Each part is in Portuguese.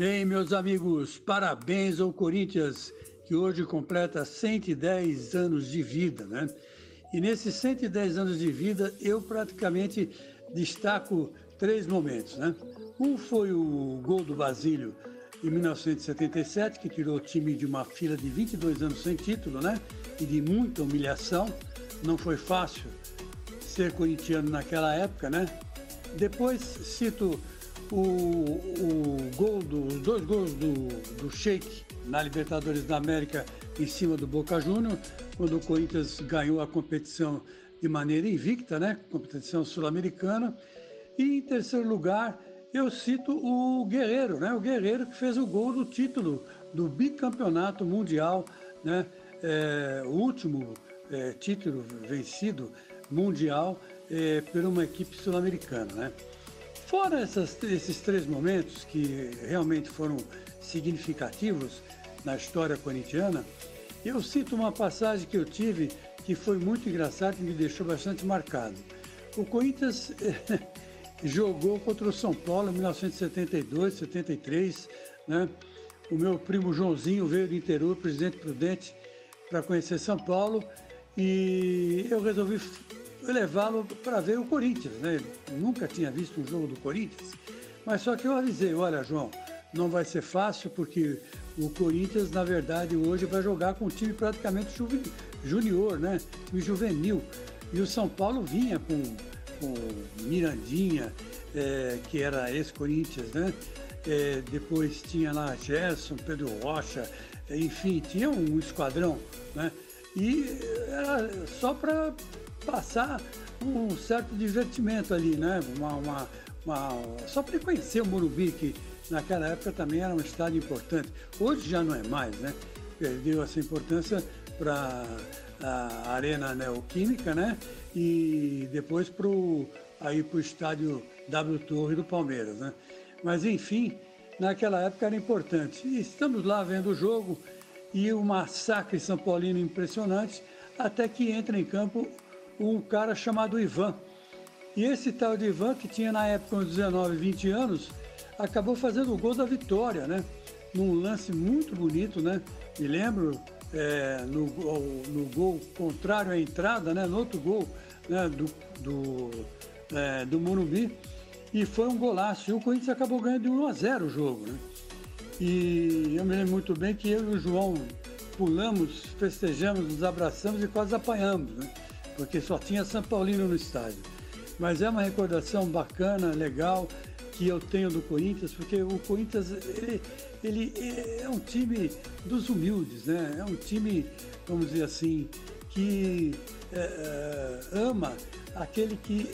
Bem, meus amigos, parabéns ao Corinthians, que hoje completa 110 anos de vida, né? E nesses 110 anos de vida, eu praticamente destaco três momentos, né? Um foi o gol do Basílio em 1977, que tirou o time de uma fila de 22 anos sem título, né? E de muita humilhação. Não foi fácil ser corintiano naquela época, né? Depois cito os dois gols do Sheik na Libertadores da América em cima do Boca Juniors, quando o Corinthians ganhou a competição de maneira invicta, né? Competição sul-americana. E em terceiro lugar, eu cito o Guerreiro, né? O Guerreiro que fez o gol do título do bicampeonato mundial, né? O último título vencido mundial por uma equipe sul-americana, né? Fora esses três momentos que realmente foram significativos na história corintiana, eu cito uma passagem que eu tive que foi muito engraçada e me deixou bastante marcado. O Corinthians jogou contra o São Paulo em 1972, 73, né? O meu primo Joãozinho veio do interior, Presidente Prudente, para conhecer São Paulo, e eu resolvi levá-lo para ver o Corinthians, né? Nunca tinha visto um jogo do Corinthians, mas só que eu avisei, olha, João, não vai ser fácil porque o Corinthians, na verdade, hoje vai jogar com um time praticamente junior, né? Time juvenil. E o São Paulo vinha com Mirandinha, que era ex-Corinthians, né? Depois tinha lá Gerson, Pedro Rocha, enfim, tinha um esquadrão, né? E era só para passar um certo divertimento ali, né? Só para conhecer o Morumbi, que naquela época também era um estádio importante. Hoje já não é mais, né? Perdeu essa importância para a Arena Neoquímica, né? E depois para o estádio W Torre do Palmeiras, né? Mas enfim, naquela época era importante. E estamos lá vendo o jogo e o massacre São Paulino impressionante, até que entra em campo um cara chamado Ivan. E esse tal de Ivan, que tinha na época uns 19, 20 anos, acabou fazendo o gol da vitória, né? Num lance muito bonito, né? Me lembro no gol contrário à entrada, né? No outro gol, né? do Morumbi. E foi um golaço. E o Corinthians acabou ganhando de 1-0 o jogo, né? E eu me lembro muito bem que eu e o João pulamos, festejamos, nos abraçamos e quase apanhamos, né? Porque só tinha São Paulino no estádio. Mas é uma recordação bacana, legal, que eu tenho do Corinthians, porque o Corinthians ele é um time dos humildes, né? É um time, vamos dizer assim, que ama aquele que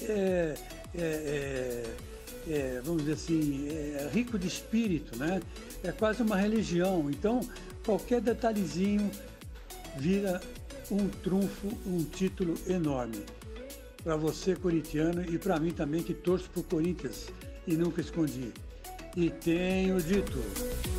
vamos dizer assim, é rico de espírito, né? É quase uma religião. Então, qualquer detalhezinho vira um trunfo, um título enorme. Para você, corintiano, e para mim também, que torço para o Corinthians e nunca escondi. E tenho de tudo.